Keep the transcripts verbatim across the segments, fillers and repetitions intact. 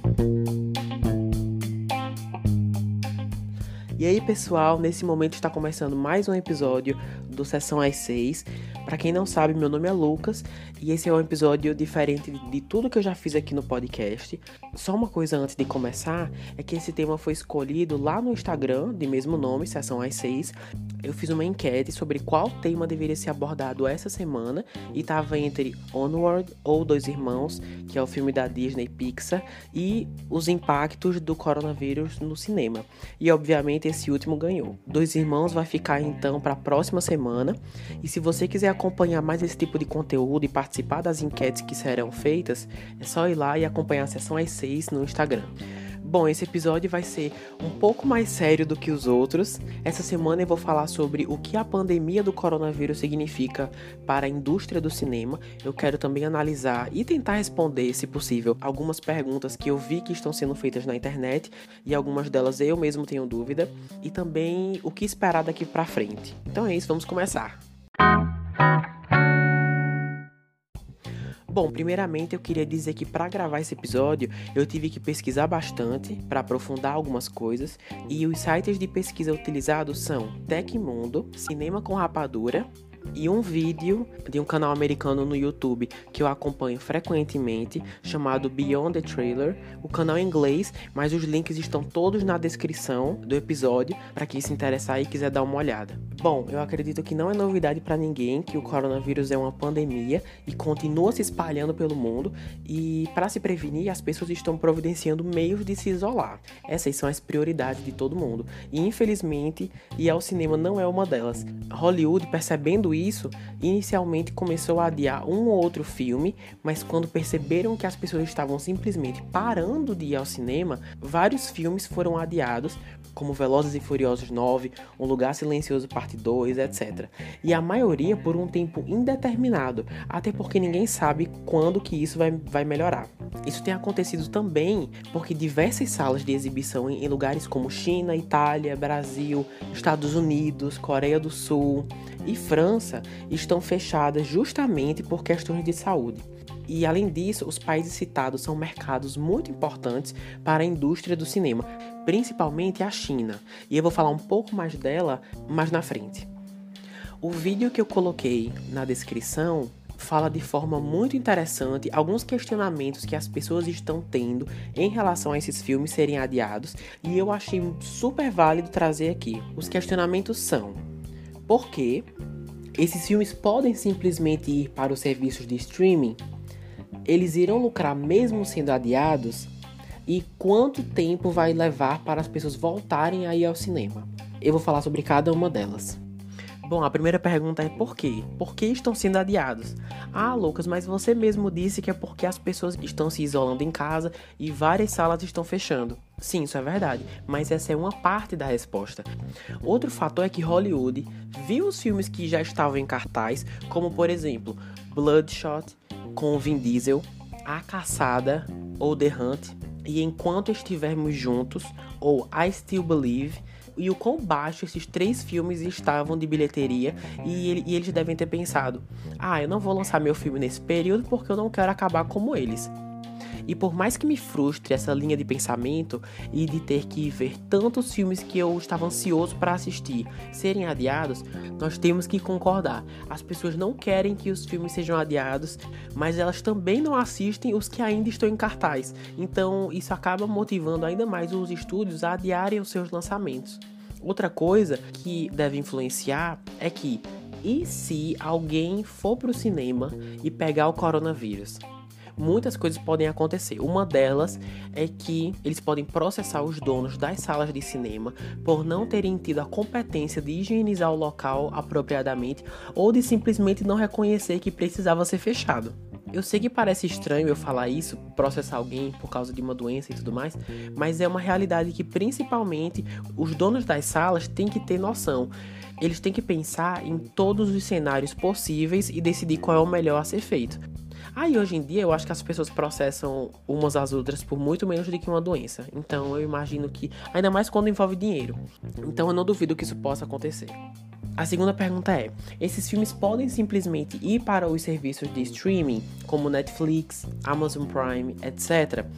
E aí, pessoal, nesse momento está começando mais um episódio do Sessão às seis. Para quem não sabe, meu nome é Lucas e esse é um episódio diferente de tudo que eu já fiz aqui no podcast. Só uma coisa antes de começar, é que esse tema foi escolhido lá no Instagram, de mesmo nome, Sessão às seis. Eu fiz uma enquete sobre qual tema deveria ser abordado essa semana e estava entre Onward ou Dois Irmãos, que é o filme da Disney Pixar, e os impactos do coronavírus no cinema. E obviamente esse último ganhou. Dois Irmãos vai ficar então para a próxima semana. E se você quiser acompanhar mais esse tipo de conteúdo e participar das enquetes que serão feitas, é só ir lá e acompanhar a Sessão às seis no Instagram. Bom, esse episódio vai ser um pouco mais sério do que os outros. Essa semana eu vou falar sobre o que a pandemia do coronavírus significa para a indústria do cinema. Eu quero também analisar e tentar responder, se possível, algumas perguntas que eu vi que estão sendo feitas na internet e algumas delas eu mesmo tenho dúvida. E também o que esperar daqui pra frente. Então é isso, vamos começar. Bom, primeiramente eu queria dizer que para gravar esse episódio eu tive que pesquisar bastante para aprofundar algumas coisas e os sites de pesquisa utilizados são Tecmundo, Cinema com Rapadura e um vídeo de um canal americano no YouTube que eu acompanho frequentemente, chamado Beyond the Trailer. O canal é em inglês, mas os links estão todos na descrição do episódio para quem se interessar e quiser dar uma olhada. Bom, eu acredito que não é novidade para ninguém que o coronavírus é uma pandemia e continua se espalhando pelo mundo, e para se prevenir as pessoas estão providenciando meios de se isolar. Essas são as prioridades de todo mundo e infelizmente ir ao cinema não é uma delas. Hollywood, percebendo isso, inicialmente começou a adiar um ou outro filme, mas quando perceberam que as pessoas estavam simplesmente parando de ir ao cinema, vários filmes foram adiados, como Velozes e Furiosos nove, Um Lugar Silencioso Parte dois, etcétera. E a maioria por um tempo indeterminado, até porque ninguém sabe quando que isso vai, vai melhorar. Isso tem acontecido também porque diversas salas de exibição em lugares como China, Itália, Brasil, Estados Unidos, Coreia do Sul e França estão fechadas justamente por questões de saúde. E além disso, os países citados são mercados muito importantes para a indústria do cinema, principalmente a China. E eu vou falar um pouco mais dela mais na frente. O vídeo que eu coloquei na descrição fala de forma muito interessante alguns questionamentos que as pessoas estão tendo em relação a esses filmes serem adiados, e eu achei super válido trazer aqui. Os questionamentos são: por quê? Esses filmes podem simplesmente ir para os serviços de streaming? Eles irão lucrar mesmo sendo adiados? E quanto tempo vai levar para as pessoas voltarem a ir ao cinema? Eu vou falar sobre cada uma delas. Bom, a primeira pergunta é por quê? Por que estão sendo adiados? Ah, Lucas, mas você mesmo disse que é porque as pessoas estão se isolando em casa e várias salas estão fechando. Sim, isso é verdade, mas essa é uma parte da resposta. Outro fator é que Hollywood viu os filmes que já estavam em cartaz, como por exemplo, Bloodshot, com Vin Diesel, A Caçada ou The Hunt, e Enquanto Estivermos Juntos, ou I Still Believe, e o quão baixo esses três filmes estavam de bilheteria, e, ele, e eles devem ter pensado: ah, eu não vou lançar meu filme nesse período porque eu não quero acabar como eles. E por mais que me frustre essa linha de pensamento e de ter que ver tantos filmes que eu estava ansioso para assistir serem adiados, nós temos que concordar. As pessoas não querem que os filmes sejam adiados, mas elas também não assistem os que ainda estão em cartaz. Então isso acaba motivando ainda mais os estúdios a adiarem os seus lançamentos. Outra coisa que deve influenciar é que, e se alguém for para o cinema e pegar o coronavírus? Muitas coisas podem acontecer. Uma delas é que eles podem processar os donos das salas de cinema por não terem tido a competência de higienizar o local apropriadamente ou de simplesmente não reconhecer que precisava ser fechado. Eu sei que parece estranho eu falar isso, processar alguém por causa de uma doença e tudo mais, mas é uma realidade que principalmente os donos das salas têm que ter noção. Eles têm que pensar em todos os cenários possíveis e decidir qual é o melhor a ser feito. Ah, e hoje em dia eu acho que as pessoas processam umas às outras por muito menos do que uma doença. Então eu imagino que, ainda mais quando envolve dinheiro. Então eu não duvido que isso possa acontecer. A segunda pergunta é: esses filmes podem simplesmente ir para os serviços de streaming, como Netflix, Amazon Prime, etcétera?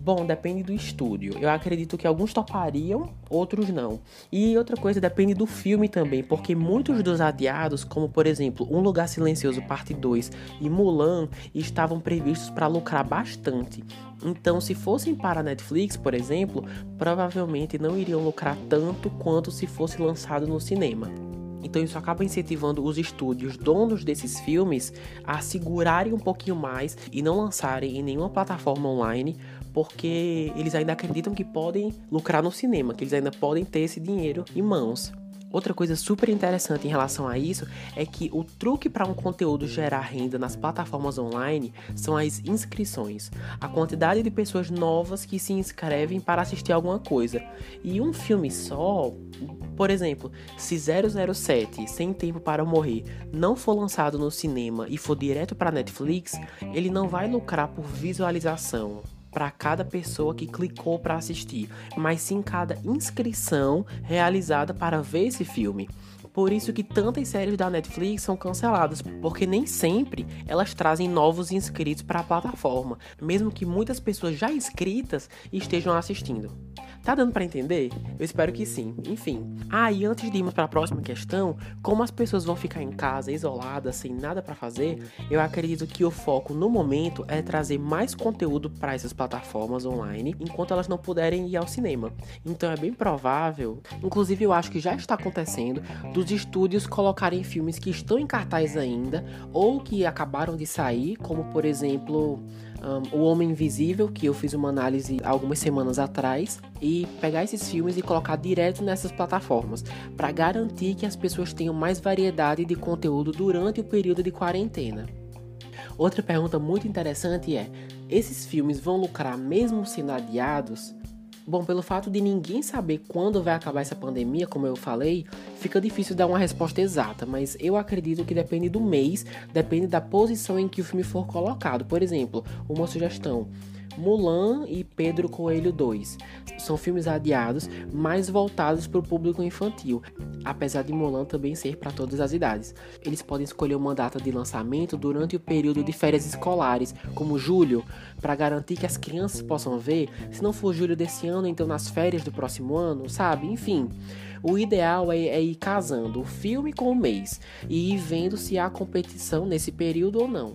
Bom, depende do estúdio. Eu acredito que alguns topariam, outros não. E outra coisa, depende do filme também, porque muitos dos adiados, como por exemplo, Um Lugar Silencioso Parte dois e Mulan, estavam previstos para lucrar bastante. Então, se fossem para a Netflix, por exemplo, provavelmente não iriam lucrar tanto quanto se fosse lançado no cinema. Então isso acaba incentivando os estúdios donos desses filmes a segurarem um pouquinho mais e não lançarem em nenhuma plataforma online, porque eles ainda acreditam que podem lucrar no cinema, que eles ainda podem ter esse dinheiro em mãos. Outra coisa super interessante em relação a isso é que o truque para um conteúdo gerar renda nas plataformas online são as inscrições, a quantidade de pessoas novas que se inscrevem para assistir alguma coisa. E um filme só, por exemplo, se zero zero sete, Sem Tempo para Morrer, não for lançado no cinema e for direto para Netflix, ele não vai lucrar por visualização para cada pessoa que clicou para assistir, mas sim cada inscrição realizada para ver esse filme. Por isso que tantas séries da Netflix são canceladas, porque nem sempre elas trazem novos inscritos para a plataforma, mesmo que muitas pessoas já inscritas estejam assistindo. Tá dando para entender? Eu espero que sim. Enfim. Ah, e antes de irmos para a próxima questão, como as pessoas vão ficar em casa, isoladas, sem nada para fazer, eu acredito que o foco no momento é trazer mais conteúdo para essas plataformas online, enquanto elas não puderem ir ao cinema. Então é bem provável, inclusive eu acho que já está acontecendo, dos estúdios colocarem filmes que estão em cartaz ainda, ou que acabaram de sair, como por exemplo... Um, o Homem Invisível, que eu fiz uma análise algumas semanas atrás, e pegar esses filmes e colocar direto nessas plataformas, para garantir que as pessoas tenham mais variedade de conteúdo durante o período de quarentena. Outra pergunta muito interessante é, esses filmes vão lucrar mesmo sendo adiados? Bom, pelo fato de ninguém saber quando vai acabar essa pandemia, como eu falei, fica difícil dar uma resposta exata, mas eu acredito que depende do mês, depende da posição em que o filme for colocado. Por exemplo, uma sugestão: Mulan e Pedro Coelho dois são filmes adiados, mais voltados para o público infantil, apesar de Mulan também ser para todas as idades. Eles podem escolher uma data de lançamento durante o período de férias escolares, como julho, para garantir que as crianças possam ver. Se não for julho desse ano, então nas férias do próximo ano, sabe? Enfim, o ideal é, é ir casando o filme com o mês e ir vendo se há competição nesse período ou não.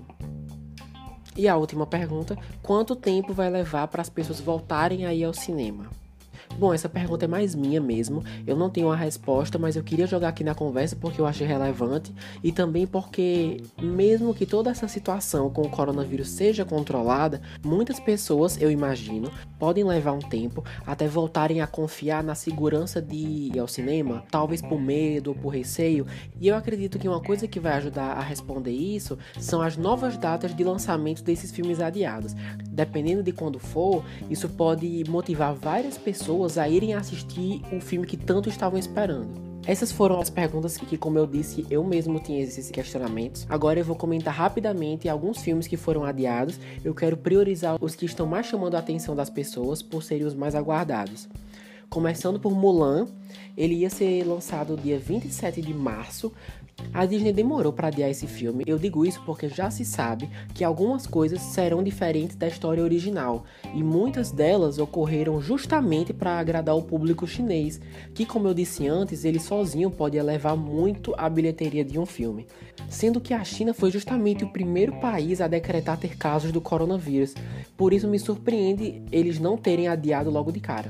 E a última pergunta, quanto tempo vai levar para as pessoas voltarem a ir ao cinema? Bom, essa pergunta é mais minha mesmo, eu não tenho uma resposta, mas eu queria jogar aqui na conversa porque eu achei relevante e também porque, mesmo que toda essa situação com o coronavírus seja controlada, muitas pessoas, eu imagino, podem levar um tempo até voltarem a confiar na segurança de ir ao cinema, talvez por medo ou por receio, e eu acredito que uma coisa que vai ajudar a responder isso são as novas datas de lançamento desses filmes adiados. Dependendo de quando for, isso pode motivar várias pessoas a irem assistir o filme que tanto estavam esperando. Essas foram as perguntas que, como eu disse, eu mesmo tinha esses questionamentos. Agora eu vou comentar rapidamente alguns filmes que foram adiados. Eu quero priorizar os que estão mais chamando a atenção das pessoas por serem os mais aguardados. Começando por Mulan, ele ia ser lançado dia vinte e sete de março. A Disney demorou para adiar esse filme. Eu digo isso porque já se sabe que algumas coisas serão diferentes da história original, e muitas delas ocorreram justamente para agradar o público chinês, que, como eu disse antes, ele sozinho pode elevar muito a bilheteria de um filme. Sendo que a China foi justamente o primeiro país a decretar ter casos do coronavírus, por isso me surpreende eles não terem adiado logo de cara.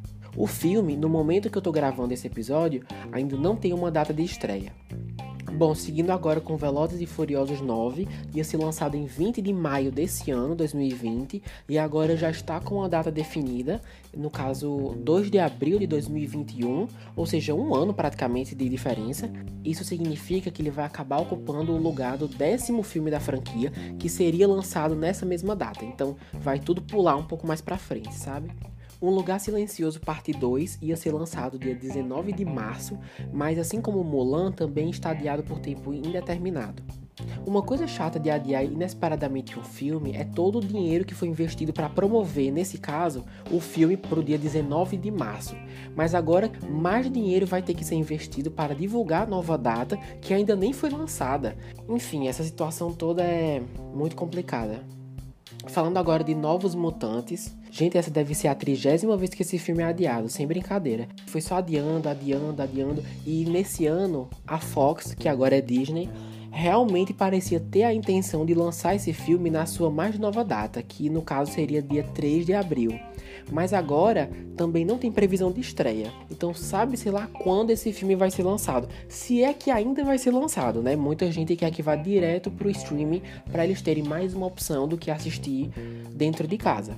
O filme, no momento que eu tô gravando esse episódio, ainda não tem uma data de estreia. Bom, seguindo agora com Velozes e Furiosos nove, ia ser lançado em vinte de maio desse ano, dois mil e vinte, e agora já está com a data definida, no caso dois de abril de dois mil e vinte e um, ou seja, um ano praticamente de diferença. Isso significa que ele vai acabar ocupando o lugar do décimo filme da franquia, que seria lançado nessa mesma data, então vai tudo pular um pouco mais pra frente, sabe? Um Lugar Silencioso Parte dois ia ser lançado dia dezenove de março, mas assim como Mulan, também está adiado por tempo indeterminado. Uma coisa chata de adiar inesperadamente um filme é todo o dinheiro que foi investido para promover, nesse caso, o filme para o dia dezenove de março. Mas agora, mais dinheiro vai ter que ser investido para divulgar a nova data, que ainda nem foi lançada. Enfim, essa situação toda é muito complicada. Falando agora de Novos Mutantes. Gente, essa deve ser a trigésima vez que esse filme é adiado, sem brincadeira. Foi só adiando, adiando, adiando. E nesse ano, a Fox, que agora é Disney, realmente parecia ter a intenção de lançar esse filme na sua mais nova data, que no caso seria dia três de abril. Mas agora também não tem previsão de estreia. Então sabe-se lá quando esse filme vai ser lançado. Se é que ainda vai ser lançado, né? Muita gente quer que vá direto pro streaming para eles terem mais uma opção do que assistir dentro de casa.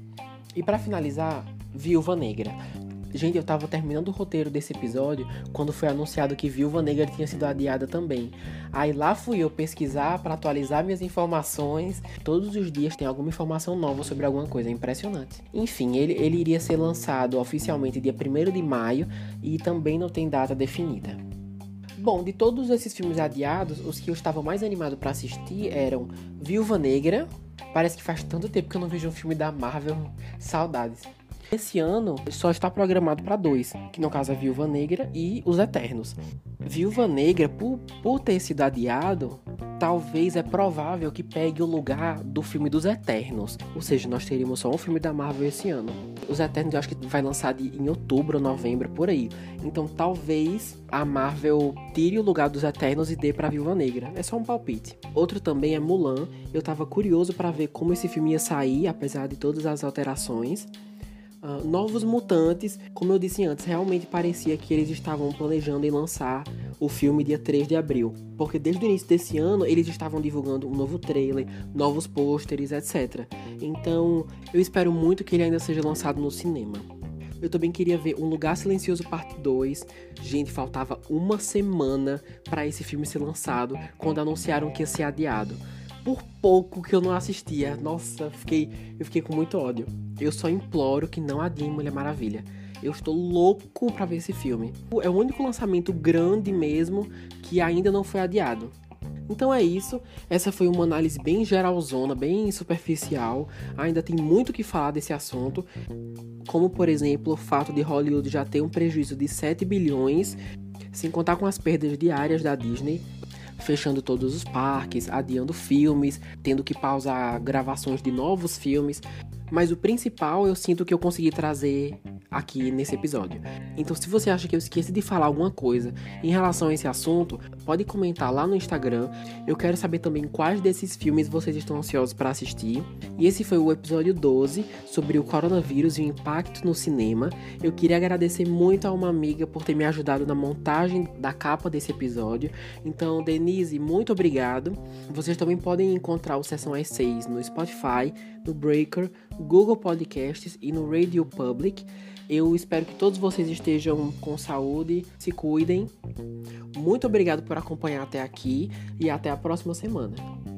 E para finalizar, Viúva Negra. Gente, eu tava terminando o roteiro desse episódio quando foi anunciado que Viúva Negra tinha sido adiada também. Aí lá fui eu pesquisar para atualizar minhas informações. Todos os dias tem alguma informação nova sobre alguma coisa, é impressionante. Enfim, ele, ele iria ser lançado oficialmente dia primeiro de maio e também não tem data definida. Bom, de todos esses filmes adiados, os que eu estava mais animado para assistir eram Viúva Negra. Parece que faz tanto tempo que eu não vejo um filme da Marvel. Saudades. Esse ano só está programado para dois, que no caso é Viúva Negra e Os Eternos. Viúva Negra, por, por ter sido adiado, talvez é provável que pegue o lugar do filme dos Eternos. Ou seja, nós teríamos só um filme da Marvel esse ano. Os Eternos eu acho que vai lançar de, em outubro ou novembro, por aí. Então talvez a Marvel tire o lugar dos Eternos e dê pra Viúva Negra. É só um palpite. Outro também é Mulan. Eu tava curioso para ver como esse filme ia sair, apesar de todas as alterações. Uh, Novos Mutantes, como eu disse antes, realmente parecia que eles estavam planejando em lançar o filme dia três de abril. Porque desde o início desse ano, eles estavam divulgando um novo trailer, novos pôsteres, etcétera. Então, eu espero muito que ele ainda seja lançado no cinema. Eu também queria ver Um Lugar Silencioso parte dois. Gente, faltava uma semana para esse filme ser lançado, quando anunciaram que ia ser adiado. Por pouco que eu não assistia. Nossa, eu fiquei, eu fiquei com muito ódio. Eu só imploro que não adiem Mulher Maravilha. Eu estou louco pra ver esse filme. É o único lançamento grande mesmo que ainda não foi adiado. Então é isso. Essa foi uma análise bem geralzona, bem superficial. Ainda tem muito o que falar desse assunto. Como, por exemplo, o fato de Hollywood já ter um prejuízo de sete bilhões, sem contar com as perdas diárias da Disney, fechando todos os parques, adiando filmes, tendo que pausar gravações de novos filmes. Mas o principal eu sinto que eu consegui trazer aqui nesse episódio. Então, se você acha que eu esqueci de falar alguma coisa em relação a esse assunto, pode comentar lá no Instagram. Eu quero saber também quais desses filmes vocês estão ansiosos para assistir. E esse foi o episódio doze sobre o coronavírus e o impacto no cinema. Eu queria agradecer muito a uma amiga por ter me ajudado na montagem da capa desse episódio. Então, Denise, muito obrigado. Vocês também podem encontrar o Sessão às seis no Spotify, no Breaker, Google Podcasts e no Radio Public. Eu espero que todos vocês estejam com saúde, se cuidem. Muito obrigado por acompanhar até aqui e até a próxima semana.